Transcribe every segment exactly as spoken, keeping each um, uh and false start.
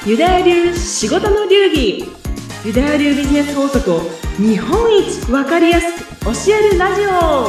ユダヤ流仕事の流儀。ユダヤ流ビジネス法則を日本一わかりやすく教えるラジオ。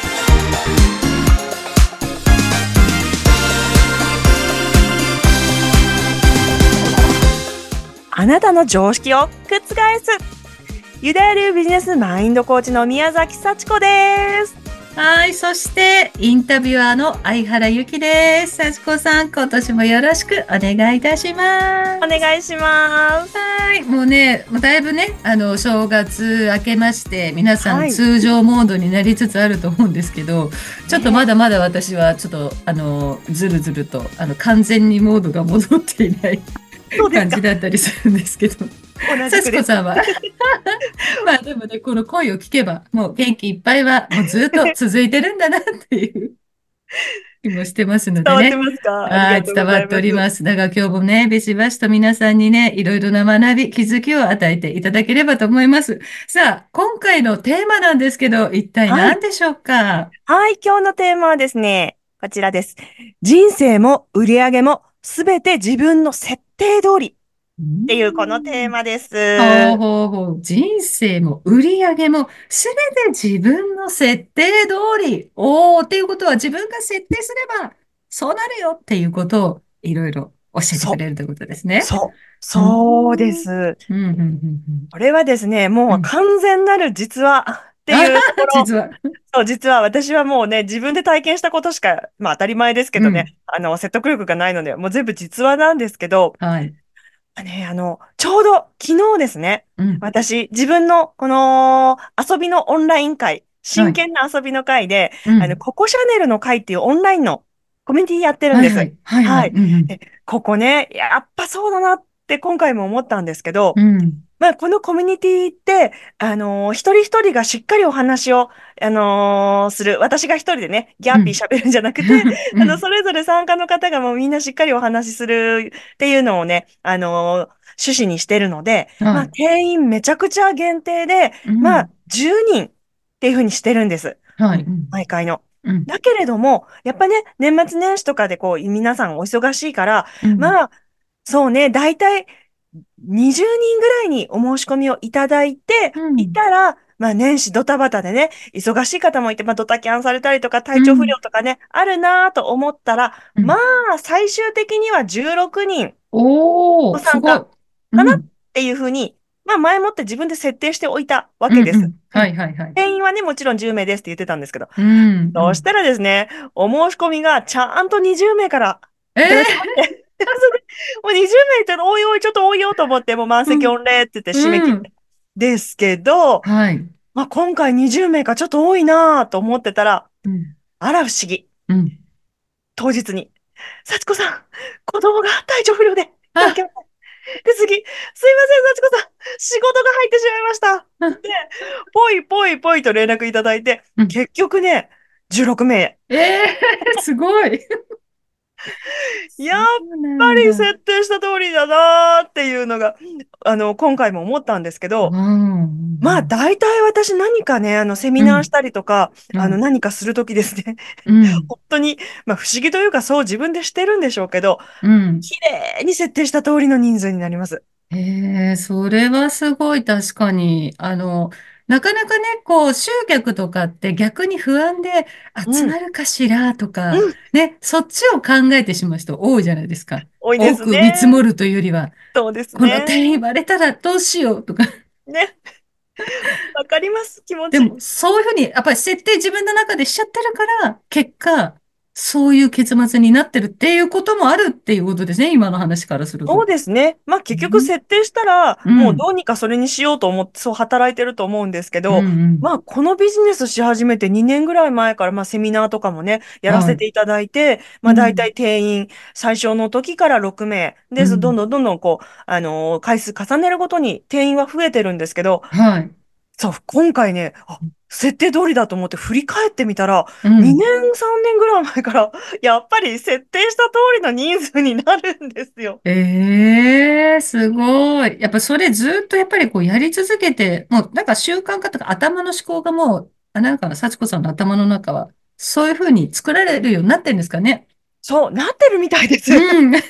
あなたの常識を覆すユダヤ流ビジネスマインドコーチの宮崎幸子です。 はい、そしてインタビュアーの相原由紀です。幸子さん、今年もよろしくお願いいたします。 お願いします。 はい、もうね、もうだいぶね、あの正月明けまして、皆さはいん通常モードになりつつあると思うんですけど、ちょっとまだまだ私はちょっとあのずるずるとあの完全にモードが戻っていない感そうですか。 じだったりするんですけど。 同じくです。 幸子さんはまあでもね、この声を聞けば、もう元気いっぱいは、もうずっと続いてるんだなっていう気もしてますので伝わってね。 ますか？ありはい、 がとうご伝わっておざいます。 ります。だから今日もね、ビシバシと皆さんにね、いろいろな学び、気づきを与えていただければと思います。さあ、今回のテーマなんですけど、一体はい。 何でしょうか？ はい、今日のテーマはですね、こちらです。人生も売り上げもすべて自分の設定通りうーっていうこのテーん。 マでほうす。 ほうほう。人生も売り上げもすべて自分の設定通り。おー、っていうことは自分が設定すればそうなるよっていうことをいろいろ教えてくそう、 れるということですね。 そう、 うーん。 そうです。 うん、うん、うん、 これはですね、 うん。うん。 もう完全なる実話ってあははいうところ。 実は。 そう、実は私はもうね、自分で体験したことしか、まあ当たり前ですけどね、 うん。 あの、説得力がないので、もう全部実話なんですけど、 はい。 あね、あの、ちょうど昨日ですね、 うん。 私、自分のこの遊びのオンライン会、 はい。 真剣な遊びの会で、あの、 うん。 ココシャネルの会っていうオンラインのコミュニティやってるんです。 はいはい。はいはい。 はい。 うん、うん。 で、ここね、やっぱそうだなって今回も思ったんですけど、 うん。 まあ、このコミュニティって、あのー一人一人がしっかりお話を、あのーする。私が一人でね、ギャーピーうん。 喋るんじゃなくて、あの、 うん。 それぞれ参加の方がもうみんなしっかりお話しするっていうのをね、あのー趣旨にしてるので、まあ、 はい。 定員めちゃくちゃ限定で、まあ、 うん。 じゅうにんっていうふうにしてるんです。 はい。 うん、 うん。 毎回の。 うん。 だけれども、やっぱね、年末年始とかでこう、皆さんお忙しいから、 うん。 まあ、そうね、大体にじゅうにんぐらいにお申し込みをいただいてうん。 いたら、まあ年始ドタバタでね、忙しい方もいて、まあドタキャンされたりとか体調不うん。 良とかね、あるなぁと思ったら、まうん。 あ最終的にはじゅうろくにんおー、すご参加ごい。うかなっん。 ていうふうに、まあ前もって自分で設定しておいたわけです。 うんうん。 うん。 はいはいはい。 定員はね、もちろんじゅう名ですって言ってたんですけど、 うん、うん。 そしたらですね、お申し込みがちゃんとにじゅう名からえいただきましえて、それでもうにじゅう名っておいおい、ちょっと多いよと思って、もう満ー、うん、 席御礼って言って締め切って。 うん。 ですけど、 はい。 まあ、今回にじゅう名かちょっと多いなと思ってたら、 うん、 あら不思議。 うん。 当日に、幸子さん、子供が体調不良でいただあ、 けません。で、次、すいません、幸子さん、仕事が入ってしまいました。 うん、 で、ぽいぽいぽいと連絡いただいて、 うん。 結局ね、じゅうろく名。 ええー、すごい。 やっそうなんだ。 ぱり設定した通りだなーっていうのが、あの、今回も思ったんですけうど、まあ、 ん、 大体私何かね、あの、セミうん、 ナーしたりとか、あの、 うん、 何かするときですね、 うん、 本当に、まあ、不思議というか、そう自分でしてるんでしょうけど、 うん。 綺麗に設定した通りの人数になります。 ええ、それはすごい確かに。あの、なかなかね、こう、集客とかって逆に不安で集うん。 まるかしらとか、 うん。 ね、そっちを考えてしまう人多いじゃないですか。 多いですね。 多く見積もるというよりは、 そうですこのね。 店員割れたらどうしようとか。 ね。わかります、気持ち。 でも、そういうふうに、やっぱり設定自分の中でしちゃってるから、結果、そういう結末になってるっていうこともあるっていうことですね、今の話からするそうと。 ですね。まあ結局うん、 設定したら、 うん、 もうどうにかそれにしようと思ってそう働いてると思うんですけうん、 ど、 うん。 まあこのビジネスし始めてにねんぐらい前から、まあセミナーとかもね、やらはい。 せていただいて、まあ大うん、 体定員、最初の時からろく名。で、そどんうん。 どんどんどんこう、あのー回数重ねるごとに定員は増えてるんですけど、 はい。 そう、今回ね、あ、設定通りだと思って振り返ってみたら、2 うん。 年、さんねんぐらい前から、やっぱり設定した通りの人数になるんですよ。 ええすごい。やっぱそれずっとやっぱりこうやり続けて、もうなんか習慣化とか頭の思考がもう、あ、なんか幸子さんの頭の中は、そういうふうに作られるようになってるんですかね。 そう、なってるみたいです。 うん。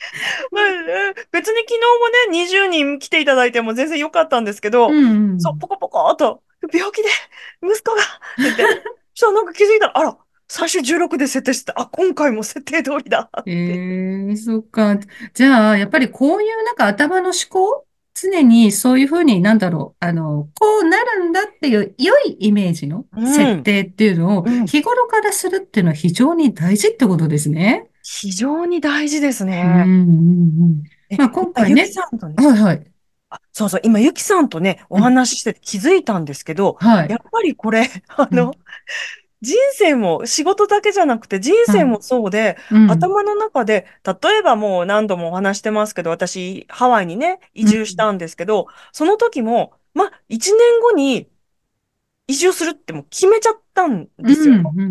まあうん別に昨日もね、にじゅうにん来ていただいても全然良かったんですけうど、そう、 ん。 ポコポコっと、病気で息子が、って言って、そしたらなんか気づいたら、あら、最初じゅうろくで設定してた、あ、今回も設定通りだっえて。 え、そっか。じゃあ、やっぱりこういうなんか頭の思考、常にそういうふうになんだろう、あの、こうなるんだっていう良いイメージの設うん、 定っていうのをうん。 日頃からするっていうのは非常に大事ってことですね。 非常に大事ですうん、うね。 ん、うん。 え、 まあ今今、ゆき回ね、 さんとね、 はいはい。 あ、そうそう、今、ゆきさんとね、おうん、 話ししてて気づいたんですけど、 はい。 やっぱりこれ、あうん、 の、人生も仕事だけじゃなくて人はい。 生もそうで、 うん、 頭の中で、例えばもう何度もお話してますけど、私、ハワイにね、移うん、 住したんですけど、その時も、まあ、いちねんごに移住するってもう決めちゃったんうん、 ですよね。 うん、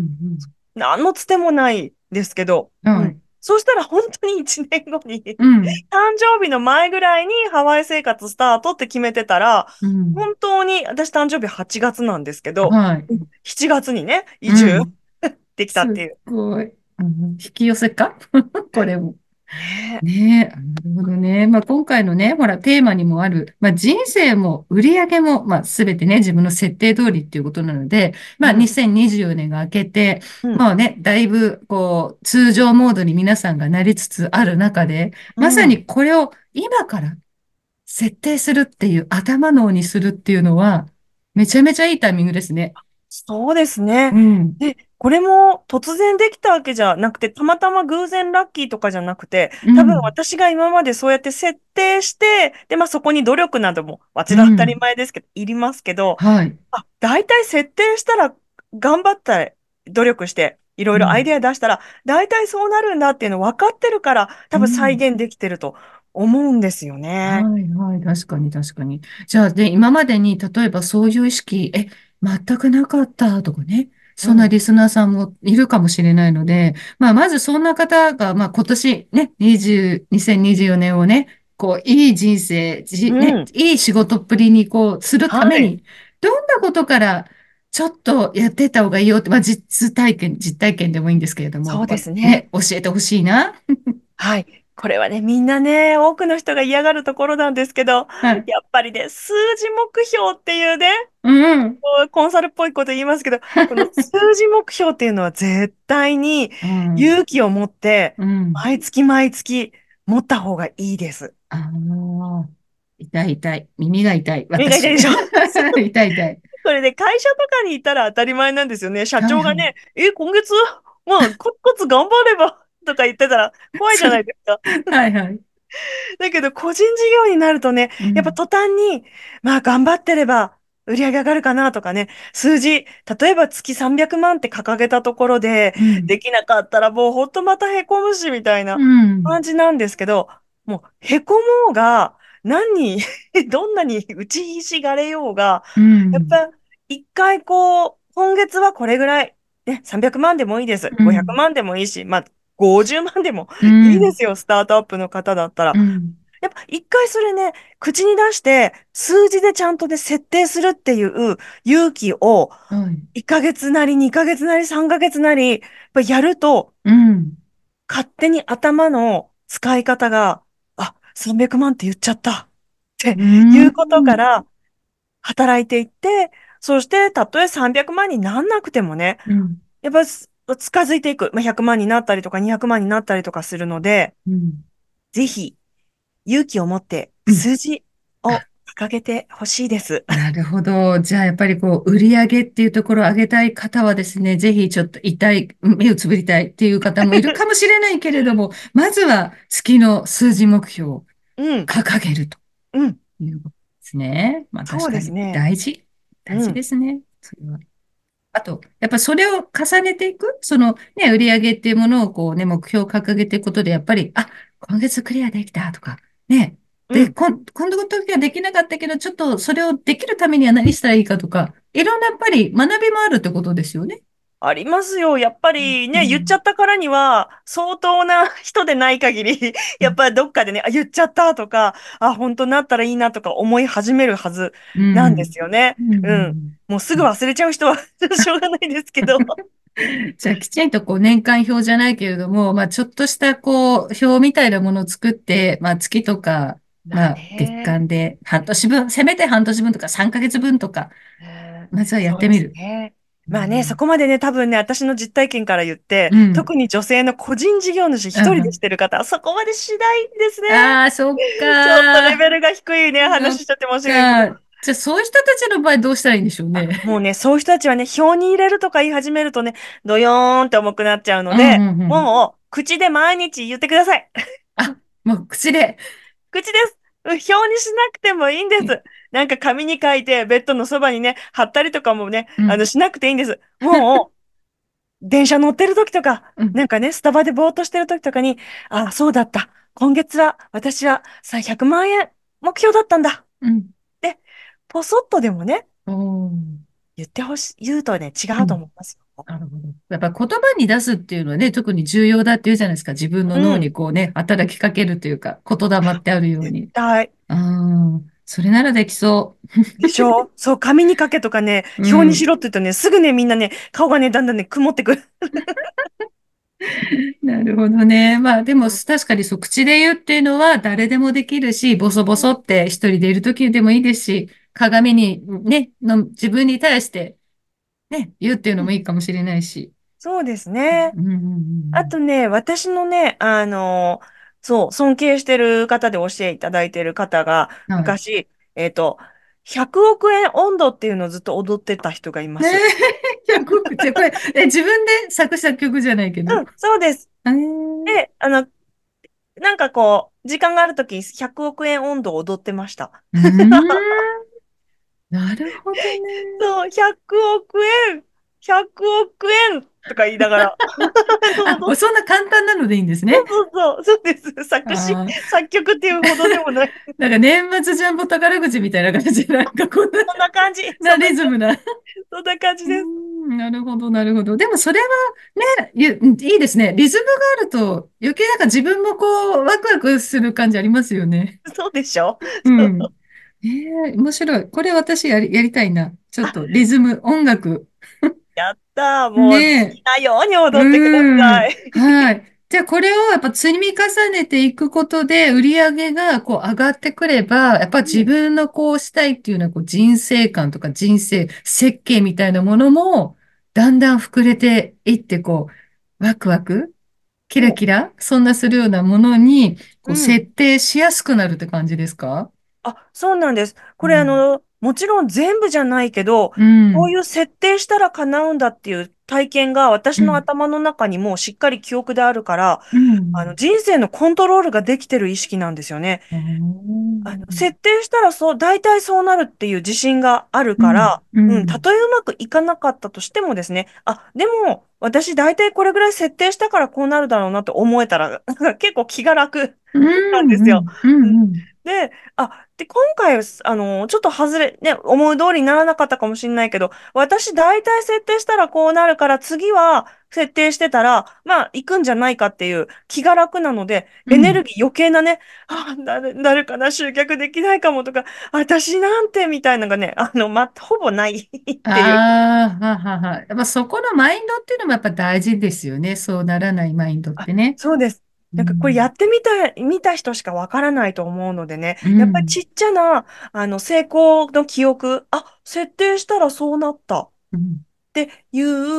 何のつてもないですけど、うん。 うん。はい。 そうしたら本当にいちねんごにうん、 誕生日の前ぐらいにハワイ生活スタートって決めてたら、 うん。 本当に、私誕生日はちがつなんですけど、 はい。 しちがつにね、移住うん。 できたすっっていう。 ごい。うん、引き寄せかこれも。 ねねえ、なるほどね。まあ、今回のね、ほら、テーマにもある、まあ、人生も売り上げも、まあ、すべてね、自分の設定通りっていうことなので、まあ、 うん、 にせんにじゅうよねんが明けて、 うん、 まあね、だいぶ、こう、通常モードに皆さんがなりつつある中で、まさうん。 にこれを今から設定するっていう、頭脳にするっていうのは、めちゃめちゃいいタイミングですね。 そうですね。 うん、 で、これも突然できたわけじゃなくて、たまたま偶然ラッキーとかじゃなくて、多分うん、 私が今までそうやって設定して、で、まあそこに努力なども、もちろん当たりうん。 前ですけど、いりますけど、 はい。 あ、大体設定したら、頑張ったら、努力して、いろいろアイうん。 デア出したら、大体そうなるんだっていうの分かってるから、多分再うん。 現できてると思うんですよね。 はい、はい、確かに、確かに。じゃあ、で、今までに、例えばそういう意識、え、全くなかったとかね、そんなうん。 リスナーさんもいるかもしれないので、まあ、まずそんな方が、まあ、今年ね、にじゅう、にせんにじゅうよねんをね、こう、いい人生、じ、ね、 うん。 いい仕事っぷりに、こう、するたはい。 めに、どんなことからちょっとやっていった方がいいよって、まあ、実体験、実体験でもいいんですけれども、 そうこですね。 うね、教えてほしいな。 はい。これはね、みんなね、多くの人が嫌がるところなんですけど、 はい。 やっぱりね、数字目標っていうね、 うん。 こうコンサルっぽいこと言いますけど、この数字目標っていうのは絶対にうん。 勇気を持って、 うん。 毎月毎月持った方がいいです。 ああ、痛い痛い。耳が痛い。私。 目が痛いでしょそう痛い痛い。 これね、会社とかにいたら当たり前なんですよね。社はいはい。 長がね、え、今月、まあ、コツコツ頑張れば、とか言ってたら怖いじゃそう。 ないですか。 はいはい。 だけど、個人事業になるとね、 うん。 やっぱ途端に、まあ、頑張ってれば、売り上げ上がるかなとかね、数字、例えば月さんびゃくまんって掲げたところで、 うん。 できなかったらもうほんとまたへこむし、みたいなうん。 感じなんですけど、もう、へこもうが、何に、どんなに打ちひしがれようが、 うん。 やっぱ、一回こう、今月はこれぐらい、ね、さんびゃくまんでもいいです。500 うん。 万でもいいし、まあ、ごじゅうまんでもうん。 いいですよ、スタートアップの方だったら。 うん。 やっぱ一回それね、口に出して、数字でちゃんとで設定するっていう勇気を、 はい。 いっかげつなり、にかげつなり、さんかげつなり、やっぱやると、 うん。 勝手に頭の使い方が、あ、さんびゃくまんって言っちゃったってうん。 いうことから働いていって、そしてたとえさんびゃくまんになんなくてもね、 うん。 やっぱす近づいていく。まあ、ひゃくまんになったりとかにひゃくまんになったりとかするので、 うん。 ぜひ勇気を持ってうん。 数字を掲げてほしいです。 なるほど。じゃあ、やっぱりこう、売り上げっていうところを上げたい方はですね、ぜひちょっと痛い、目をつぶりたいっていう方もいるかもしれないけれども、まずは月の数字目標をうん、 掲げるとうん、 いうことですね。まあそう確かにですね。 大事。大事うん。 ですね。それは。あと、やっぱそれを重ねていく、そのね、売り上げっていうものをこうね、目標を掲げていくことで、やっぱり、あ、今月クリアできたとか、ね。で、 うん。 こん、今度の時はできなかったけど、ちょっとそれをできるためには何したらいいかとか、いろんなやっぱり学びもあるってことですよね。 ありますよ。やっぱりね、言っちゃうん。 ったからには、相当な人でない限り、 うん。 やっぱりどっかでね、あ、言っちゃったとか、あ、本当なったらいいなとか思い始めるはずうん。 なんですよね。 ううん。 ん。 もうすぐ忘れちゃう人はしょうがないですけど。 じゃあ、きちんとこう年間表じゃないけれども、まあ、ちょっとしたこう、表みたいなものを作って、まあ、月とか、 まあまあ、月ね。 間で半年分、せめて半年分とかさんかげつぶんとか、 うん、 まずはやっそうでてみる。 すね。まあね、そうん。 こまでね、多分ね、私の実体験から言って、 うん。 特に女性の個人事業主一人でしうん。 てる方は、そこまでしないんですね。 ああ、そっちょっとレか。 ベルが低いね、 そっ話しちゃって申し訳ないけど。 か。じゃあ、そういう人たちの場合どうしたらいいんでしょうあ、 ね。 もうね、そういう人たちはね、表に入れるとか言い始めるとね、ドヨーンって重くなっちゃうのうん、 で、 うん、うん。 もう、口で毎日言ってください。 あ、もう口で。 口です。うん、表にしなくてもいいんです。なんか紙に書いて、ベッドのそばにね、貼ったりとかもね、 うん、 あの、しなくていいんです。もう、電車乗ってる時とか、 うん、 なんかね、スタバでぼーっとしてる時とかに、あ、そうだった。今月は、私はさ、ひゃくまん円目標だったんだ。 うん。 で、ポソッとでもね、 おー。 言ってほしい、言うとね、違うとうん。 思いますよ。 なるほど。やっぱ言葉に出すっていうのはね、特に重要だっていうじゃないですか。自分の脳うん。 にこうね、働きかけるというか、言霊ってあるよう絶に。 対。 ああ、それならできそでしょ？そう、紙に書けとかね、 う。う表にしん。 ろって言うとね、すぐね、みんなね、顔がね、だんだんね、曇ってくる。 なるほどね。まあでもうん、 確かにそう、口で言うっていうのは誰でもできるし、ボソボソって一人でいる時でもいいですし、鏡にね、の自分に対してね、言うっていうのもいいかもしれないし。 そうですね。 うんうんあとね、私のね、あの、そう、尊敬してる方で教えていただいてる方が、 うんうん。はい。 昔、えっと、ひゃくおく円音頭っていうのをずっと踊ってた人がいまねす。 え、ひゃくおく、じゃあこれ、え、自分で作した曲じゃないけど。 うん、そうです。 えー、 で、あの、なんかこう、時間があるときひゃくおく円音頭を踊ってました。 うーん、なるほどね。 そう、ひゃくおく円、ひゃくおく円とか言いながら。 あ、もうそんな簡単なのでいいんですね。 そうそうそう、そうです。作詞、 あー、 作曲っていうほどでもない。 なんか年末ジャンボ宝くじみたいな感じで、なんかこんな、 そんな感じ、 なそんな感じ、 リズムな。 そんな感じうーです。 ん、なるほど、なるほど。でもそれはね、ゆいいですね。リズムがあると余計なんか自分もこう、ワクワクする感じありますよね。 そうでしょ？ うそう。 ん。ええ、面白い。これ私やり、やりたいな。ちょっあ、 とリズム、音楽。 やったー。もう好ねきなようにえ。 踊ってくだうん。 さい。 はい。じゃあこれをやっぱ積み重ねていくことで売り上げがこう上がってくれば、やっぱうん、 自分のこうしたいっていうのはこう人生観とか人生設計みたいなものもだんだん膨れていってこうワクワクキラそキラそんなするようなものにこう。 ううん。 設定しやすくなるって感じですか？ あ、そうなんです。これあうん。 の、もちろん全部じゃないけど、 うん。 こういう設定したら叶うんだっていう体験が私のうん。 頭の中にもうしっかり記憶であるから、 うん。 あの、人生のコントロールができてる意識なんですよね。 うあの、 ん。 設定したらそう、大体そうなるっていう自信があるうん。 から、うん、たうん。 とえうまくいかなかったとしてもですね、あ、でも、私大体これぐらい設定したからこうなるだろうなって思えたら、結構気が楽うなんですよ。 ん。うん。うん。 で、あ、で、今回、あの、ちょっと外れ、ね、思い通りにならなかったかもしれないけど、私大体設定したらこうなるから、次は設定してたら、まあ、行くんじゃないかっていう気が楽なので、エネルギー余計なね、あ、誰、誰かな、集客できないかもとか、私なんてみたいなのがね、あの、ま、ほぼないっていう。 ああ、ははは。やっぱそこのマインドっていうのもやっぱ大事ですよね。そうならないマインドっあ、 てね。 そうです。 うなんかこれやん。 ってみた、見た人しかわからないと思うのでね、 うん。 やっぱりちっちゃな、あの、成功の記憶、あ、設定したらそうなったうん。 っていう、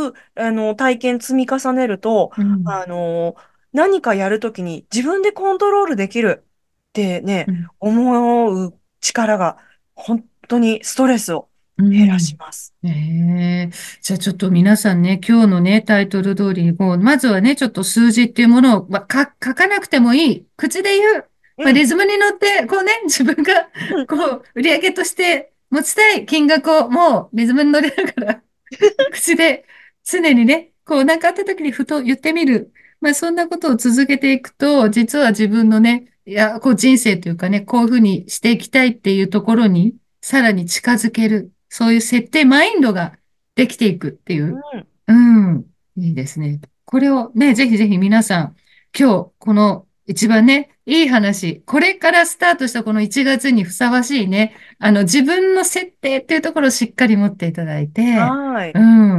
あの、体験積み重ねると、 うん。 あの、何かやるときに自分でコントロールできるってね、 うん。 思う力が本当にストレスをう減らしん。 ます。 ええ、じゃあちょっと皆さんね、今日のね、タイトル通りに、こう、まずはね、ちょっと数字っていうものを、まあ、か、書かなくてもいい。口で言う。まあ、 うん、 リズムに乗って、こうね、自分が、 うん、うん。 こう、売り上げとして持ちたい金額をもうリズムに乗りながら口で常にね、こうなんかあった時にふと言ってみる。まあそんなことを続けていくと、実は自分のね、いや、こう人生というかね、こういうふうにしていきたいっていうところにさらに近づける。そういう設定、マインドができていくっていう。 うん、 うん。いいですね。これをね、ぜひぜひ皆さん、今日、この一番ね、いい話、これからスタートしたこのいちがつにふさわしいね、あの自分の設定っていうところをしっかり持っていただいて、 はーい。 うん。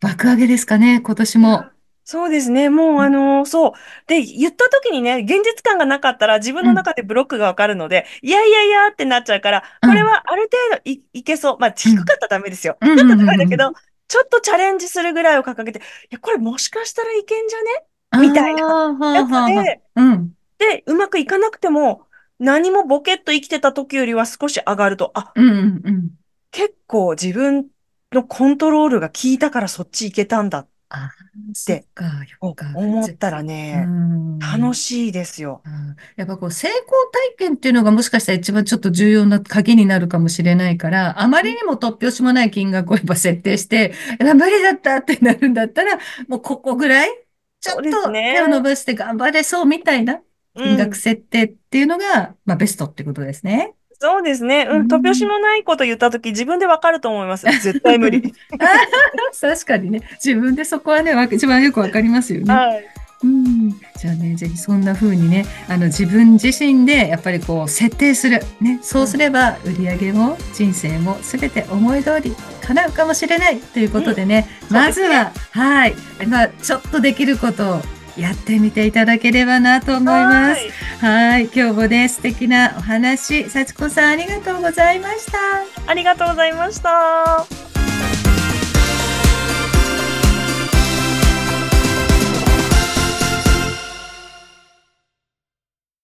爆上げですかね、今年も。 そうですね。もう、あのーそう。で、言った時にね、現実感がなかったら自分のうん、 中でブロックがわかるので、いやいやいやってなっちゃうから、これうん、 はある程度い、いけそう。まあ、 うん、 低かったらダメですよ。 うん、 低かったうん、うん。うん。 らダメだけど、ちょっとチャレンジするぐらいを掲げて、いや、これもしかしたらいけんじゃねあみたいなあ、はあ、 やつはあ、はで、 あ。うん、 で、うまくいかなくても、何もボケっと生きてた時よりは少し上がると、あ、 うん、うん、うん。 結構自分のコントロールが効いたからそっち行けたんだっああ、そってか、よおか。ぜ、 思ったらうーね、楽ん。 しいですよ。 うん。やっぱこう成功体験っていうのがもしかしたら一番ちょっと重要な鍵になるかもしれないから、あまりにも突拍子もない金額をやっぱ設定して、いや無理だったってなるんだったら、もうここぐらい、ちょっそうですと手を伸ね。 ばして頑張れそうみたいなう金額ん。 設定っていうのが、まあベストってことですね。 そうですね。 ううん。突拍子ん。 もないこと言ったとき、自分でわかると思います。絶対無理。 あー確かにね、自分でそこはね、わ一番よくわかりますよね。 はい。 うん、じゃあね、ぜひそんな風にね、あの自分自身でやっぱりこう設定する。ね、そうすうん。 れば売り上げも人生もすべて思い通り叶うかもしれないというこうん。 とでね、 そうですね。 まずは、はい、まあ、ちょっとできることをやってみていただければなと思います。 はい。 はい、今日もね、素敵なお話、幸子さんありがとうございました。 ありがとうございました。